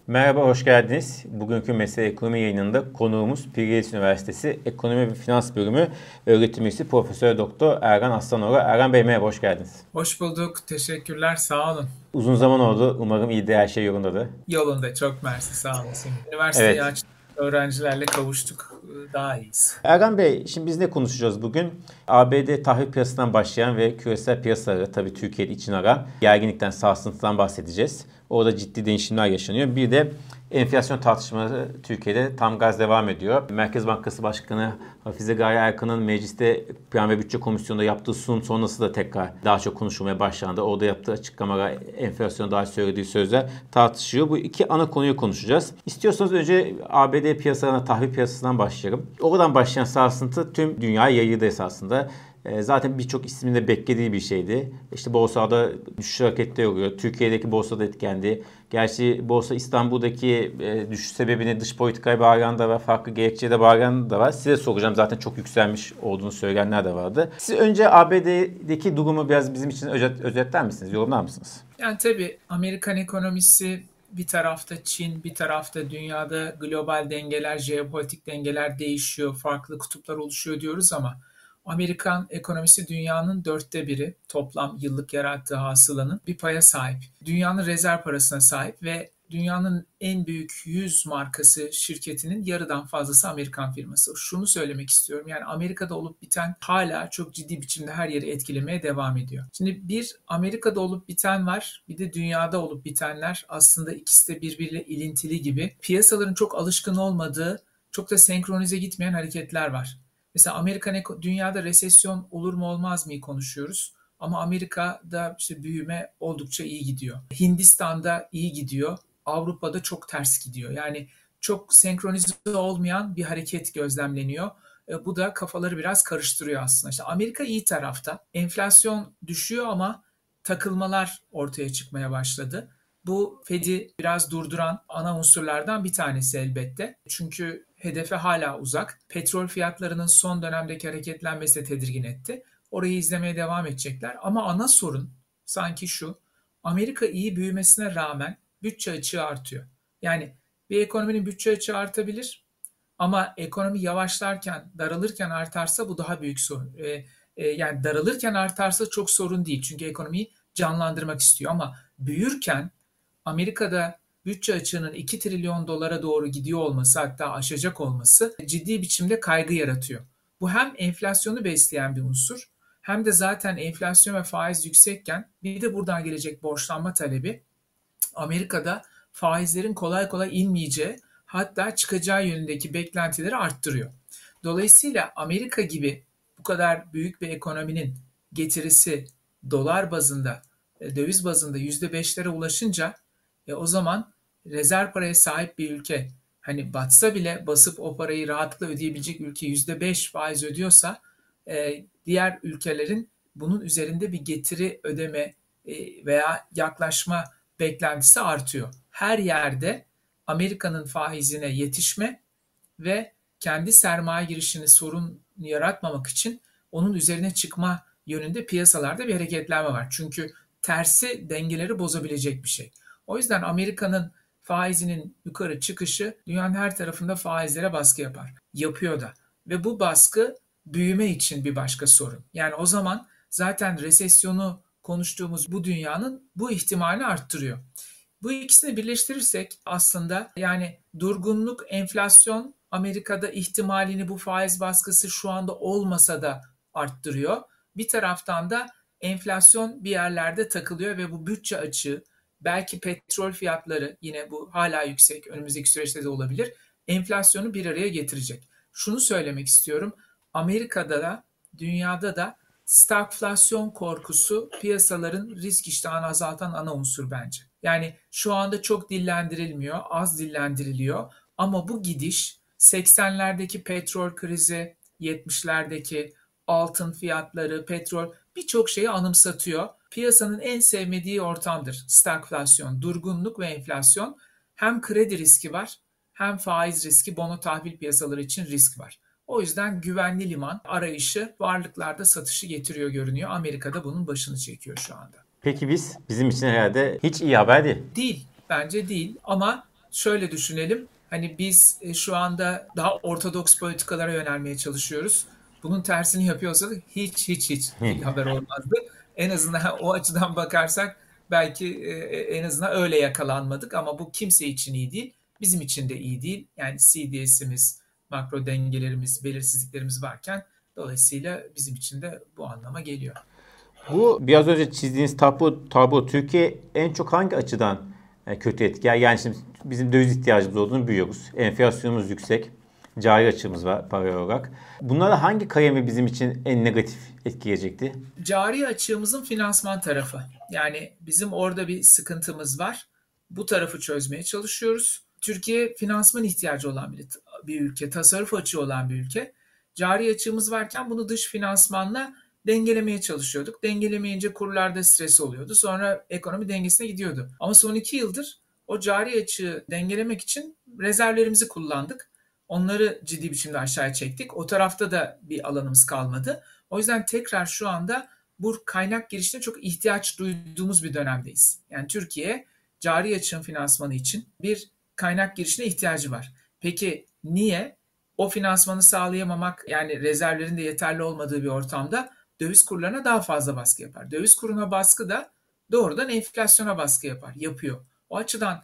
Merhaba, hoş geldiniz. Bugünkü Mesele Ekonomi yayınında konuğumuz Bilgi Üniversitesi Ekonomi ve Finans Bölümü öğretim üyesi Profesör Doktor Ergan Aslanoğlu. Ergan Bey merhaba, hoş geldiniz. Hoş bulduk. Teşekkürler. Sağ olun. Uzun zaman oldu. Umarım iyi de her şey yolundadır. Yolunda. Çok mersi. Sağ olasın. Üniversiteyi Evet. açtık. Öğrencilerle kavuştuk. Daha iyiyiz. Ergan Bey, şimdi biz ne konuşacağız bugün? ABD tahvil piyasasından başlayan ve küresel piyasaları, tabii Türkiye'de için alan gerginlikten, sarsıntıdan bahsedeceğiz. Orada ciddi değişimler yaşanıyor. Bir de enflasyon tartışmaları Türkiye'de tam gaz devam ediyor. Merkez Bankası Başkanı Hafize Gaye Erkan'ın mecliste Plan ve Bütçe Komisyonu'nda yaptığı sunum sonrası da tekrar daha çok konuşulmaya başlandı. Orada yaptığı açıklamalar, enflasyona dair söylediği sözler tartışıyor. Bu iki ana konuyu konuşacağız. İstiyorsanız önce ABD piyasalarına, tahvil piyasasından başlayalım. Oradan başlayan sarsıntı tüm dünyaya yayıldı esasında. Zaten birçok ismin de beklediği bir şeydi. İşte borsada düşüş hareketleri oluyor. Türkiye'deki borsada etkendi. Gerçi Borsa İstanbul'daki düşüş sebebini dış politikaya bağlayan da var. Farklı gerekçeye de bağlayan da var. Size soracağım. Zaten çok yükselmiş olduğunu söyleyenler de vardı. Siz önce ABD'deki durumu biraz bizim için özetler misiniz? Yorumlar mısınız? Yani tabii Amerikan ekonomisi bir tarafta Çin, bir tarafta dünyada global dengeler, jeopolitik dengeler değişiyor, farklı kutuplar oluşuyor diyoruz ama Amerikan ekonomisi dünyanın dörtte biri toplam yıllık yarattığı hasılanın bir paya sahip. Dünyanın rezerv parasına sahip ve dünyanın en büyük 100 markası şirketinin yarıdan fazlası Amerikan firması. Şunu söylemek istiyorum. Yani Amerika'da olup biten hala çok ciddi biçimde her yeri etkilemeye devam ediyor. Şimdi bir Amerika'da olup biten var, bir de dünyada olup bitenler aslında ikisi de birbiriyle ilintili gibi. Piyasaların çok alışkın olmadığı, çok da senkronize gitmeyen hareketler var. Mesela dünyada resesyon olur mu olmaz mı konuşuyoruz. Ama Amerika'da işte büyüme oldukça iyi gidiyor. Hindistan'da iyi gidiyor. Avrupa'da çok ters gidiyor. Yani çok senkronize olmayan bir hareket gözlemleniyor. Bu da kafaları biraz karıştırıyor aslında. İşte Amerika iyi tarafta. Enflasyon düşüyor ama takılmalar ortaya çıkmaya başladı. Bu Fed'i biraz durduran ana unsurlardan bir tanesi elbette. Çünkü hedefe hala uzak. Petrol fiyatlarının son dönemdeki hareketlenmesi de tedirgin etti. Orayı izlemeye devam edecekler. Ama ana sorun sanki şu. Amerika iyi büyümesine rağmen bütçe açığı artıyor. Yani bir ekonominin bütçe açığı artabilir ama ekonomi yavaşlarken, daralırken artarsa bu daha büyük sorun. Yani daralırken artarsa çok sorun değil. Çünkü ekonomiyi canlandırmak istiyor. Ama büyürken Amerika'da bütçe açığının 2 trilyon dolara doğru gidiyor olması hatta aşacak olması ciddi biçimde kaygı yaratıyor. Bu hem enflasyonu besleyen bir unsur hem de zaten enflasyon ve faiz yüksekken bir de buradan gelecek borçlanma talebi Amerika'da faizlerin kolay kolay inmeyeceği hatta çıkacağı yönündeki beklentileri arttırıyor. Dolayısıyla Amerika gibi bu kadar büyük bir ekonominin getirisi dolar bazında, döviz bazında %5'lere ulaşınca o zaman rezerv paraya sahip bir ülke hani batsa bile basıp o parayı rahatlıkla ödeyebilecek ülke %5 faiz ödüyorsa diğer ülkelerin bunun üzerinde bir getiri ödeme veya yaklaşma beklentisi artıyor. Her yerde Amerika'nın faizine yetişme ve kendi sermaye girişini sorun yaratmamak için onun üzerine çıkma yönünde piyasalarda bir hareketlenme var. Çünkü tersi dengeleri bozabilecek bir şey. O yüzden Amerika'nın faizinin yukarı çıkışı dünyanın her tarafında faizlere baskı yapar. Yapıyor da. Ve bu baskı büyüme için bir başka sorun. Yani o zaman zaten resesyonu konuştuğumuz bu dünyanın bu ihtimalini arttırıyor. Bu ikisini birleştirirsek aslında yani durgunluk, enflasyon Amerika'da ihtimalini bu faiz baskısı şu anda olmasa da arttırıyor. Bir taraftan da enflasyon bir yerlerde takılıyor ve bu bütçe açığı, belki petrol fiyatları yine bu hala yüksek, önümüzdeki süreçte de olabilir. Enflasyonu bir araya getirecek. Şunu söylemek istiyorum. Amerika'da da dünyada da stagflasyon korkusu piyasaların risk iştahını azaltan ana unsur bence. Yani şu anda çok dillendirilmiyor, az dillendiriliyor ama bu gidiş 80'lerdeki petrol krizi, 70'lerdeki altın fiyatları, petrol birçok şeyi anımsatıyor. Piyasanın en sevmediği ortamdır stagflasyon, durgunluk ve enflasyon. Hem kredi riski var hem faiz riski, bono tahvil piyasaları için risk var. O yüzden güvenli liman arayışı varlıklarda satışı getiriyor görünüyor. Amerika'da bunun başını çekiyor şu anda. Peki bizim için herhalde hiç iyi haber değil. Değil, bence değil ama Şöyle düşünelim. Hani biz şu anda daha ortodoks politikalara yönelmeye çalışıyoruz. Bunun tersini yapıyorsak hiç haber olmazdı. En azından o açıdan bakarsak belki en azından öyle yakalanmadık ama bu kimse için iyi değil. Bizim için de iyi değil. Yani CDS'imiz, makro dengelerimiz, belirsizliklerimiz varken dolayısıyla bizim için de bu anlama geliyor. Bu biraz önce çizdiğiniz tablo Türkiye en çok hangi açıdan kötü etkiler? Yani şimdi bizim döviz ihtiyacımız olduğunu biliyoruz. Enflasyonumuz yüksek. Cari açığımız var para olarak. Bunlarla hangi kalemi bizim için en negatif etkileyecekti? Cari açığımızın finansman tarafı. Yani bizim orada bir sıkıntımız var. Bu tarafı çözmeye çalışıyoruz. Türkiye finansman ihtiyacı olan bir ülke, tasarruf açığı olan bir ülke. Cari açığımız varken bunu dış finansmanla dengelemeye çalışıyorduk. Dengelemeyince kurlarda stres oluyordu. Sonra ekonomi dengesine gidiyordu. Ama son 2 yıldır o cari açığı dengelemek için rezervlerimizi kullandık. Onları ciddi biçimde aşağıya çektik. O tarafta da bir alanımız kalmadı. O yüzden tekrar şu anda bu kaynak girişine çok ihtiyaç duyduğumuz bir dönemdeyiz. Yani Türkiye cari açığın finansmanı için bir kaynak girişine ihtiyacı var. Peki niye? O finansmanı sağlayamamak, yani rezervlerin de yeterli olmadığı bir ortamda döviz kurlarına daha fazla baskı yapar. Döviz kuruna baskı da doğrudan enflasyona baskı yapıyor. O açıdan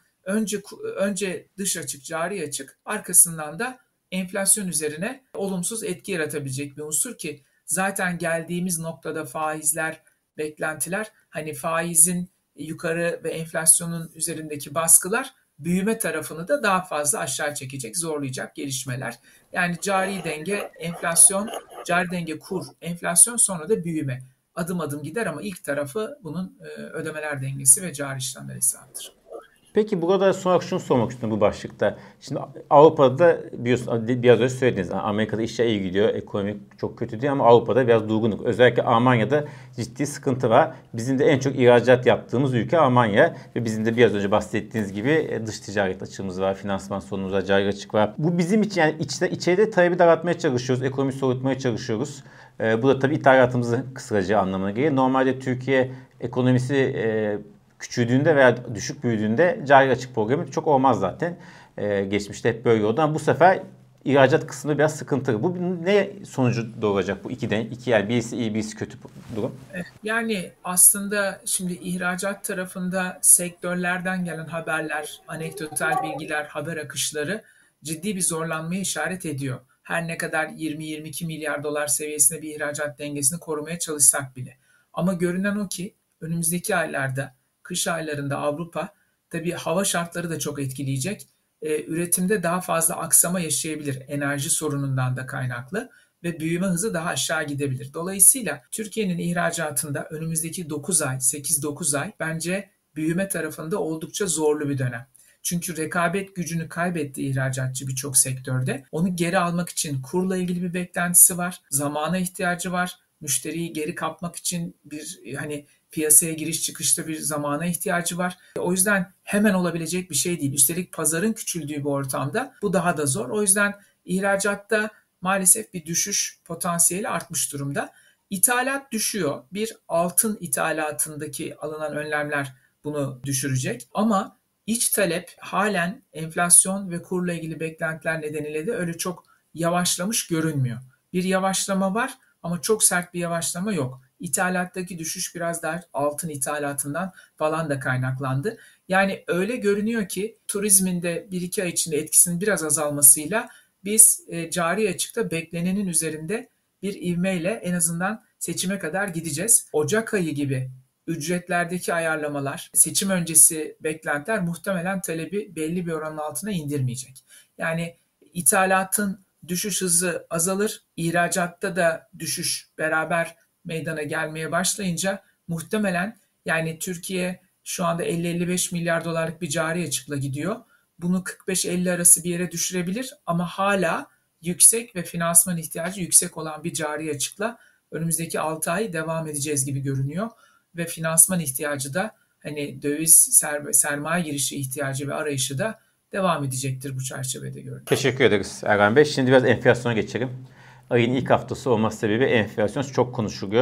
önce dış açık, cari açık, arkasından da enflasyon üzerine olumsuz etki yaratabilecek bir unsur ki zaten geldiğimiz noktada faizler, beklentiler, hani faizin yukarı ve enflasyonun üzerindeki baskılar büyüme tarafını da daha fazla aşağı çekecek, zorlayacak gelişmeler. Yani cari denge, enflasyon, cari denge kur, enflasyon, sonra da büyüme. Adım adım gider ama ilk tarafı bunun ödemeler dengesi ve cari işlemler hesabıdır. Peki burada sonra şunu sormak istiyorum bu başlıkta. Şimdi Avrupa'da biraz önce söylediniz. Amerika'da işler iyi gidiyor. Ekonomi çok kötü değil ama Avrupa'da biraz durgunluk. Özellikle Almanya'da ciddi sıkıntı var. Bizim de en çok ihracat yaptığımız ülke Almanya. Ve bizim de biraz önce bahsettiğiniz gibi dış ticaret açığımız var. Finansman sorunumuz var. Cari açık var. Bu bizim için yani içeride talebi daraltmaya çalışıyoruz. Ekonomi soğutmaya çalışıyoruz. Bu da tabii ithalatımızı kısacağı anlamına geliyor. Normalde Türkiye ekonomisi küçüldüğünde veya düşük büyüdüğünde cari açık problemi çok olmaz zaten. Geçmişte hep böyle oldu ama bu sefer ihracat kısmında biraz sıkıntılı. Bu ne sonucu doğuracak bu iki yani birisi iyi birisi kötü durum? Yani aslında şimdi ihracat tarafında sektörlerden gelen haberler, anekdotal bilgiler, haber akışları ciddi bir zorlanmaya işaret ediyor. Her ne kadar 20-22 milyar dolar seviyesinde bir ihracat dengesini korumaya çalışsak bile. Ama görünen o ki önümüzdeki aylarda, kış aylarında Avrupa, tabii hava şartları da çok etkileyecek. Üretimde daha fazla aksama yaşayabilir, enerji sorunundan da kaynaklı ve büyüme hızı daha aşağı gidebilir. Dolayısıyla Türkiye'nin ihracatında önümüzdeki 9 ay, 8-9 ay bence büyüme tarafında oldukça zorlu bir dönem. Çünkü rekabet gücünü kaybetti ihracatçı birçok sektörde. Onu geri almak için kurla ilgili bir beklentisi var. Zamana ihtiyacı var. Müşteriyi geri kapmak için bir hani piyasaya giriş çıkışta bir zamana ihtiyacı var. O yüzden hemen olabilecek bir şey değil. Üstelik pazarın küçüldüğü bir ortamda bu daha da zor. O yüzden ihracatta maalesef bir düşüş potansiyeli artmış durumda. İthalat düşüyor. Bir altın ithalatındaki alınan önlemler bunu düşürecek. Ama iç talep halen enflasyon ve kurla ilgili beklentiler nedeniyle de öyle çok yavaşlamış görünmüyor. Bir yavaşlama var ama çok sert bir yavaşlama yok. İthalattaki düşüş biraz daha altın ithalatından falan da kaynaklandı. Yani öyle görünüyor ki turizmin de 1-2 ay içinde etkisinin biraz azalmasıyla biz cari açıkta beklenenin üzerinde bir ivmeyle en azından seçime kadar gideceğiz. Ocak ayı gibi ücretlerdeki ayarlamalar, seçim öncesi beklentiler muhtemelen talebi belli bir oranın altına indirmeyecek. Yani ithalatın düşüş hızı azalır, ihracatta da düşüş beraber meydana gelmeye başlayınca muhtemelen, yani Türkiye şu anda 50-55 milyar dolarlık bir cari açıkla gidiyor. Bunu 45-50 arası bir yere düşürebilir ama hala yüksek ve finansman ihtiyacı yüksek olan bir cari açıkla önümüzdeki 6 ay devam edeceğiz gibi görünüyor. Ve finansman ihtiyacı da hani döviz sermaye girişi ihtiyacı ve arayışı da devam edecektir bu çerçevede görünüyor. Teşekkür ederiz Erhan Bey. Şimdi biraz enflasyona geçelim. Ayın ilk haftası olması sebebi enflasyon çok konuşuluyor.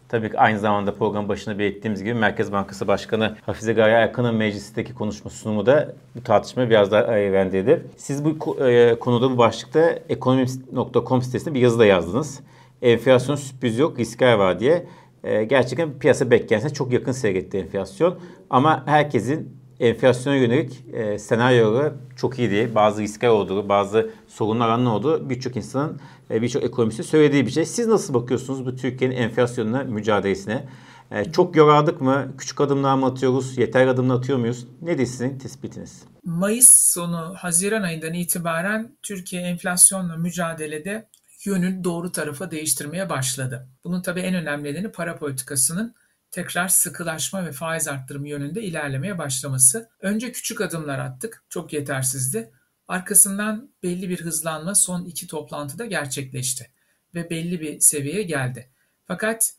Tabii ki aynı zamanda program başında belirttiğimiz gibi Merkez Bankası Başkanı Hafize Gaye Erkan'ın meclisteki konuşma sunumu da bu tartışmayı biraz daha alevlendirdi. Siz bu konuda, bu başlıkta ekonomist.com sitesinde bir yazı da yazdınız. Enflasyon sürpriz yok, riskler var diye. Gerçekten piyasa beklentisine çok yakın seyretti enflasyon. Ama herkesin enflasyona yönelik senaryoları çok iyi değil. Bazı riskler olduğu, bazı sorunlar olduğu birçok insanın, birçok ekonomistin söylediği bir şey. Siz nasıl bakıyorsunuz bu Türkiye'nin enflasyonla mücadelesine? Çok yorardık mı? Küçük adımlar mı atıyoruz? Yeterli adımlar atıyor muyuz? Nedir sizin tespitiniz? Mayıs sonu, Haziran ayından itibaren Türkiye enflasyonla mücadelede yönünü doğru tarafa değiştirmeye başladı. Bunun tabii en önemli nedeni para politikasının tekrar sıkılaşma ve faiz arttırımı yönünde ilerlemeye başlaması. Önce küçük adımlar attık, çok yetersizdi. Arkasından belli bir hızlanma son iki toplantıda gerçekleşti ve belli bir seviyeye geldi. Fakat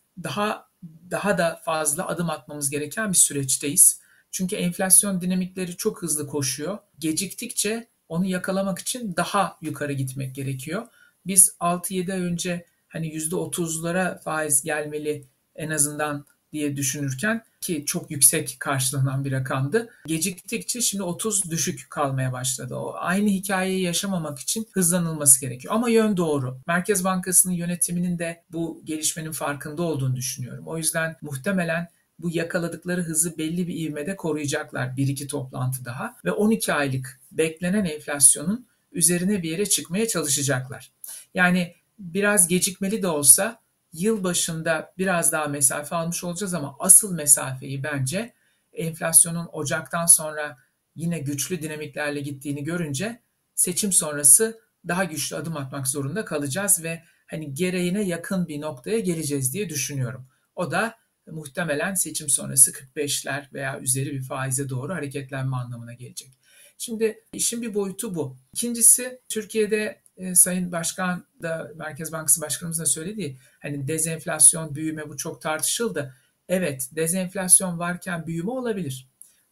daha da fazla adım atmamız gereken bir süreçteyiz. Çünkü enflasyon dinamikleri çok hızlı koşuyor. Geciktikçe onu yakalamak için daha yukarı gitmek gerekiyor. Biz 6-7 ay önce hani %30'lara faiz gelmeli en azından diye düşünürken, ki çok yüksek karşılanan bir rakamdı. Geciktikçe şimdi 30 düşük kalmaya başladı. O aynı hikayeyi yaşamamak için hızlanılması gerekiyor. Ama yön doğru. Merkez Bankası'nın yönetiminin de bu gelişmenin farkında olduğunu düşünüyorum. O yüzden muhtemelen bu yakaladıkları hızı belli bir ivmede koruyacaklar, bir iki toplantı daha ve 12 aylık beklenen enflasyonun üzerine bir yere çıkmaya çalışacaklar. Yani biraz gecikmeli de olsa yıl başında biraz daha mesafe almış olacağız ama asıl mesafeyi bence enflasyonun Ocak'tan sonra yine güçlü dinamiklerle gittiğini görünce seçim sonrası daha güçlü adım atmak zorunda kalacağız ve hani gereğine yakın bir noktaya geleceğiz diye düşünüyorum. O da muhtemelen seçim sonrası 45'ler veya üzeri bir faize doğru hareketlenme anlamına gelecek. Şimdi işin bir boyutu bu. İkincisi, Türkiye'de Sayın Başkan da, Merkez Bankası Başkanımız da söyledi, hani dezenflasyon, büyüme, bu çok tartışıldı. Evet, dezenflasyon varken büyüme olabilir.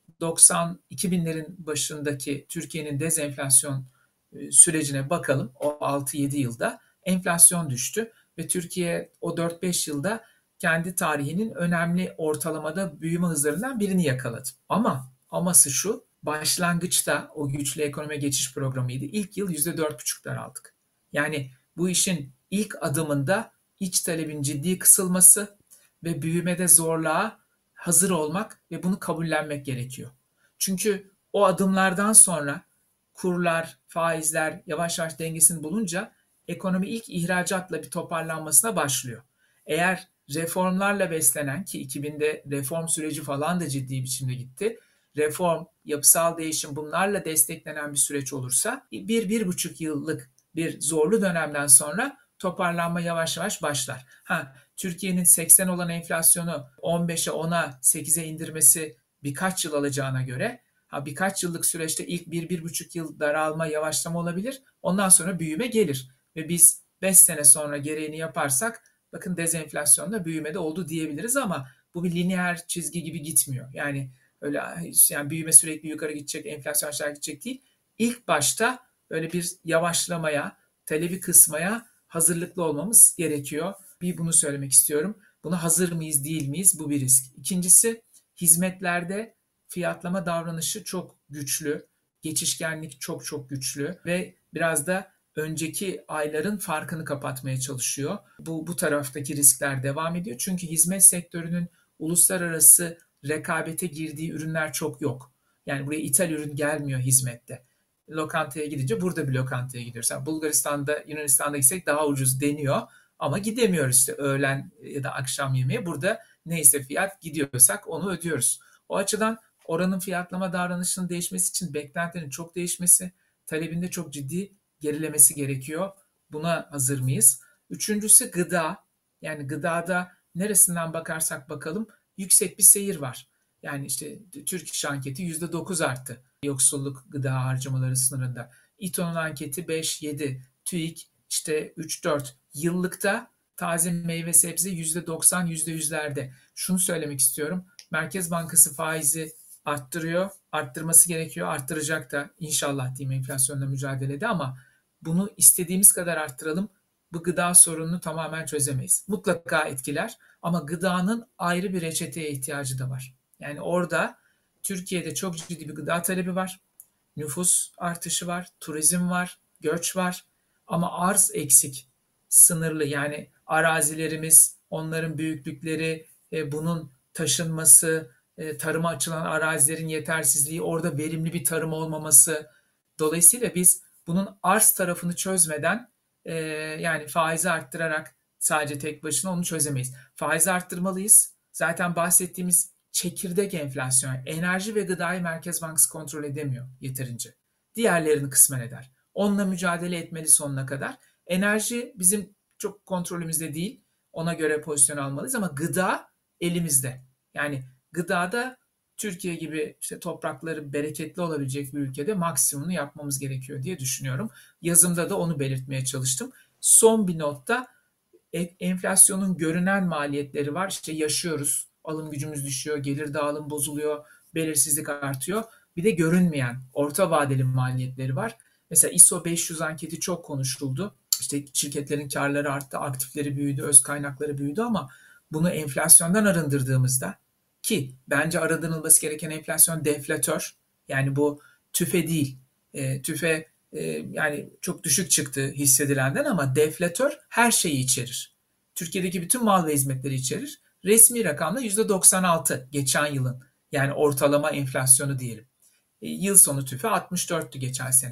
2000'lerin başındaki Türkiye'nin dezenflasyon sürecine bakalım. O 6-7 yılda enflasyon düştü ve Türkiye o 4-5 yılda kendi tarihinin önemli ortalamada büyüme hızlarından birini yakaladı. Aması şu, başlangıçta o güçlü ekonomi geçiş programıydı. İlk yıl %4,5'lar aldık. Yani bu işin ilk adımında iç talebin ciddi kısılması ve büyümede zorluğa hazır olmak ve bunu kabullenmek gerekiyor. Çünkü o adımlardan sonra kurlar, faizler yavaş yavaş dengesini bulunca ekonomi ilk ihracatla bir toparlanmasına başlıyor. Eğer reformlarla beslenen, ki 2000'de reform süreci falan da ciddi biçimde gitti, reform, yapısal değişim, bunlarla desteklenen bir süreç olursa 1-1,5 yıllık bir zorlu dönemden sonra toparlanma yavaş yavaş başlar. Türkiye'nin 80 olan enflasyonu 15'e, 10'a, 8'e indirmesi birkaç yıl alacağına göre birkaç yıllık süreçte ilk 1-1,5 yıl daralma, yavaşlama olabilir. Ondan sonra büyüme gelir ve biz 5 sene sonra gereğini yaparsak bakın dezenflasyonda büyümede oldu diyebiliriz ama bu bir lineer çizgi gibi gitmiyor. Yani öyle, yani büyüme sürekli yukarı gidecek, enflasyon aşağı gidecek değil. İlk başta böyle bir yavaşlamaya, talebi kısmaya hazırlıklı olmamız gerekiyor. Bir bunu söylemek istiyorum. Buna hazır mıyız, değil miyiz? Bu bir risk. İkincisi, hizmetlerde fiyatlama davranışı çok güçlü. Geçişkenlik çok çok güçlü ve biraz da önceki ayların farkını kapatmaya çalışıyor. Bu taraftaki riskler devam ediyor. Çünkü hizmet sektörünün uluslararası rekabete girdiği ürünler çok yok. Yani buraya ithal ürün gelmiyor hizmette. Lokantaya gidince burada bir lokantaya gidiyoruz. Yani Bulgaristan'da, Yunanistan'da gitsek daha ucuz deniyor ama gidemiyoruz işte öğlen ya da akşam yemeğe. Burada neyse fiyat, gidiyorsak onu ödüyoruz. O açıdan oranın fiyatlama davranışının değişmesi için beklentilerin çok değişmesi, talebinde çok ciddi gerilemesi gerekiyor. Buna hazır mıyız? Üçüncüsü gıda. Yani gıdada neresinden bakarsak bakalım yüksek bir seyir var. Yani işte Türk İş anketi %9 arttı yoksulluk gıda harcamaları sınırında. İTO'nun anketi 5-7, TÜİK işte 3-4. Yıllıkta taze meyve sebze %90, %100'lerde. Şunu söylemek istiyorum. Merkez Bankası faizi arttırıyor, arttırması gerekiyor, arttıracak da inşallah diyeyim enflasyonla mücadelede ama bunu istediğimiz kadar arttıralım. bu gıda sorununu tamamen çözemeyiz. Mutlaka etkiler ama gıdanın ayrı bir reçeteye ihtiyacı da var. Yani orada Türkiye'de çok ciddi bir gıda talebi var. Nüfus artışı var, turizm var, göç var ama arz eksik, sınırlı. Yani arazilerimiz, onların büyüklükleri, bunun taşınması, tarıma açılan arazilerin yetersizliği, orada verimli bir tarım olmaması. Dolayısıyla biz bunun arz tarafını çözmeden yani faizi arttırarak sadece tek başına onu çözemeyiz. Faizi arttırmalıyız. Zaten bahsettiğimiz çekirdek enflasyon, enerji ve gıdayı Merkez Bankası kontrol edemiyor yeterince. Diğerlerini kısmen eder. Onunla mücadele etmeli sonuna kadar. Enerji bizim çok kontrolümüzde değil. Ona göre pozisyon almalıyız ama gıda elimizde. Yani gıdada Türkiye gibi işte toprakları bereketli olabilecek bir ülkede maksimumunu yapmamız gerekiyor diye düşünüyorum. Yazımda da onu belirtmeye çalıştım. Son bir notta enflasyonun görünen maliyetleri var. İşte yaşıyoruz, alım gücümüz düşüyor, gelir dağılım bozuluyor, belirsizlik artıyor. Bir de görünmeyen orta vadeli maliyetleri var. Mesela ISO 500 anketi çok konuşuldu. İşte şirketlerin karları arttı, aktifleri büyüdü, öz kaynakları büyüdü ama bunu enflasyondan arındırdığımızda ki bence arındırılması gereken enflasyon deflatör. Yani bu tüfe değil. Tüfe yani çok düşük çıktı hissedilenden ama deflatör her şeyi içerir. Türkiye'deki bütün mal ve hizmetleri içerir. Resmi rakamda %96 geçen yılın yani ortalama enflasyonu diyelim. Yıl sonu tüfe 64'tü geçen sene.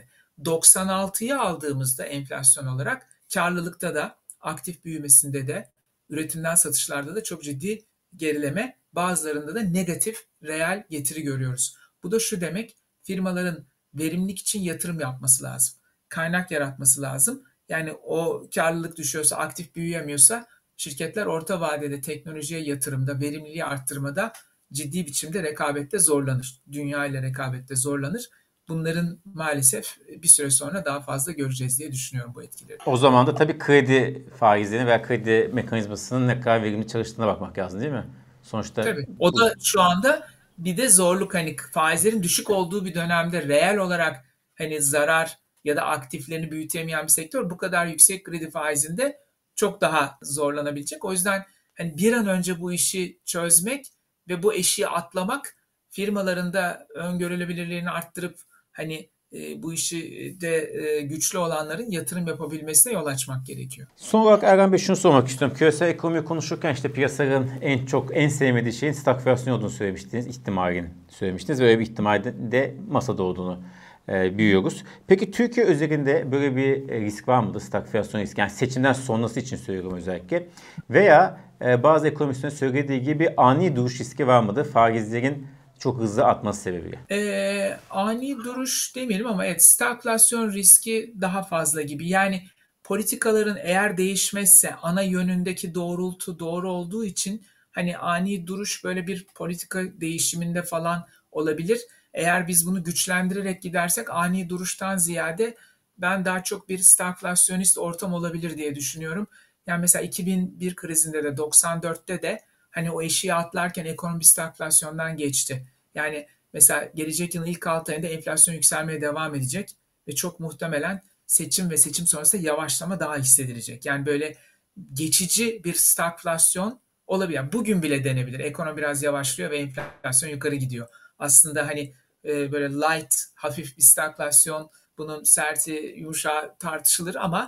96'yı aldığımızda enflasyon olarak karlılıkta da aktif büyümesinde de üretimden satışlarda da çok ciddi gerileme, bazılarında da negatif reel getiri görüyoruz. Bu da şu demek, firmaların verimlilik için yatırım yapması lazım. Kaynak yaratması lazım. Yani o karlılık düşüyorsa, aktif büyüyemiyorsa şirketler orta vadede teknolojiye yatırımda, verimliliği arttırmada ciddi biçimde rekabette zorlanır. Dünya ile rekabette zorlanır. Bunların maalesef bir süre sonra daha fazla göreceğiz diye düşünüyorum bu etkileri. O zaman da tabii kredi faizlerine veya kredi mekanizmasının ne kadar verimli çalıştığına bakmak lazım değil mi? Sonuçta tabii. O da şu anda bir de zorluk, hani faizlerin düşük olduğu bir dönemde reel olarak hani zarar ya da aktiflerini büyütemeyen bir sektör bu kadar yüksek kredi faizinde çok daha zorlanabilecek. O yüzden hani bir an önce bu işi çözmek ve bu eşiği atlamak, firmaların da öngörülebilirliğini arttırıp hani bu işi de güçlü olanların yatırım yapabilmesine yol açmak gerekiyor. son olarak Erhan Bey şunu sormak istiyorum. Küresel ekonomi konuşurken işte piyasaların en sevmediği şeyin stagflasyon olduğunu söylemiştiniz. İhtimalini söylemiştiniz. Böyle bir ihtimalde de masada olduğunu biliyoruz. Peki Türkiye özelinde böyle bir risk var mıdır? Stagflasyon riski. Yani seçimden sonrası için söylüyorum özellikle. Veya bazı ekonomistlerin söylediği gibi ani duruş riski var mıdır? Faizlerin çok hızlı artması sebebiyle. Ani duruş demeyelim ama evet, stagflasyon riski daha fazla gibi. Yani politikaların eğer değişmezse ana yönündeki doğrultu doğru olduğu için hani ani duruş böyle bir politika değişiminde falan olabilir. Eğer biz bunu güçlendirerek gidersek ani duruştan ziyade ben daha çok bir stagflasyonist ortam olabilir diye düşünüyorum. Yani mesela 2001 krizinde de 94'te de hani o eşiği atlarken ekonomi stagflasyondan geçti. Yani mesela gelecek yılın ilk 6 ayında enflasyon yükselmeye devam edecek ve çok muhtemelen seçim ve seçim sonrasında yavaşlama daha hissedilecek. Yani böyle geçici bir stagflasyon olabilir. Yani bugün bile denebilir. Ekonomi biraz yavaşlıyor ve enflasyon yukarı gidiyor. Aslında hani böyle light, hafif bir stagflasyon, bunun serti, yumuşağı tartışılır ama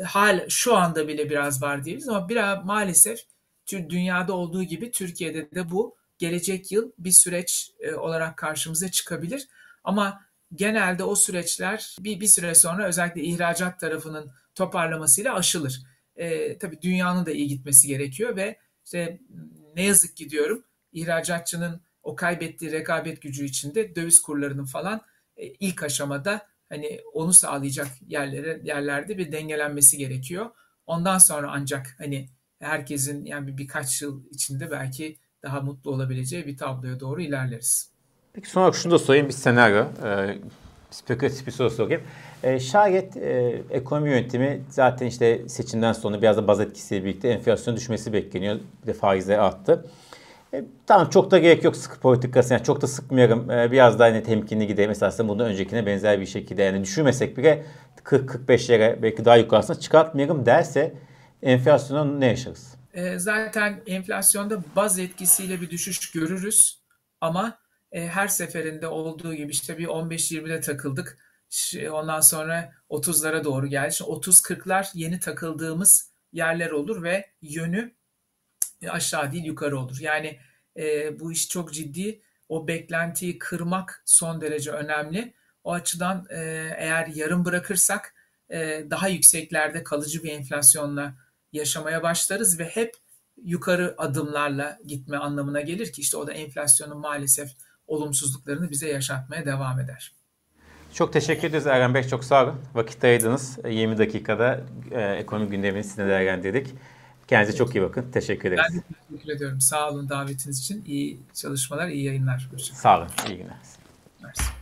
şu anda bile biraz var diyebiliriz ama biraz maalesef dünyada olduğu gibi Türkiye'de de bu gelecek yıl bir süreç olarak karşımıza çıkabilir. Ama genelde o süreçler bir süre sonra özellikle ihracat tarafının toparlamasıyla aşılır. Tabii dünyanın da iyi gitmesi gerekiyor ve işte ne yazık ki diyorum, ihracatçının o kaybettiği rekabet gücü içinde döviz kurlarının falan ilk aşamada hani onu sağlayacak yerlerde bir dengelenmesi gerekiyor. Ondan sonra ancak hani herkesin yani birkaç yıl içinde belki daha mutlu olabileceği bir tabloya doğru ilerleriz. Peki son olarak şunu da sorayım, bir senaryo. Spekülatif bir soru sorayım. Şayet ekonomi yönetimi zaten işte seçimden sonra biraz da baz etkisiyle birlikte enflasyon düşmesi bekleniyor. Bir de faizler arttı. Tamam, çok da gerek yok sıkı politikası. Yani çok da sıkmıyorum. Biraz daha hani temkinli gidelim. Mesela bundan öncekine benzer bir şekilde yani düşürmesek bile 40-45'lere belki daha yukarısına çıkartmayalım derse enflasyona ne yaşarız? Zaten enflasyonda baz etkisiyle bir düşüş görürüz ama her seferinde olduğu gibi işte bir 15-20'de takıldık. Ondan sonra 30'lara doğru geldi. Şimdi 30-40'lar yeni takıldığımız yerler olur ve yönü aşağı değil yukarı olur. Yani bu iş çok ciddi. O beklentiyi kırmak son derece önemli. O açıdan eğer yarım bırakırsak daha yükseklerde kalıcı bir enflasyonla yaşamaya başlarız ve hep yukarı adımlarla gitme anlamına gelir ki işte o da enflasyonun maalesef olumsuzluklarını bize yaşatmaya devam eder. Çok teşekkür ederiz Eren Bey. Çok sağ olun. Vakit ayırdınız. 20 dakikada ekonomi gündemini sizinle değerlendirdik. Kendinize çok iyi Peki. bakın. Teşekkür Ben ederiz. de teşekkür ediyorum. Sağ olun davetiniz için. İyi çalışmalar, iyi yayınlar. Sağ Hoşçakalın. olun. İyi günler. Mersi.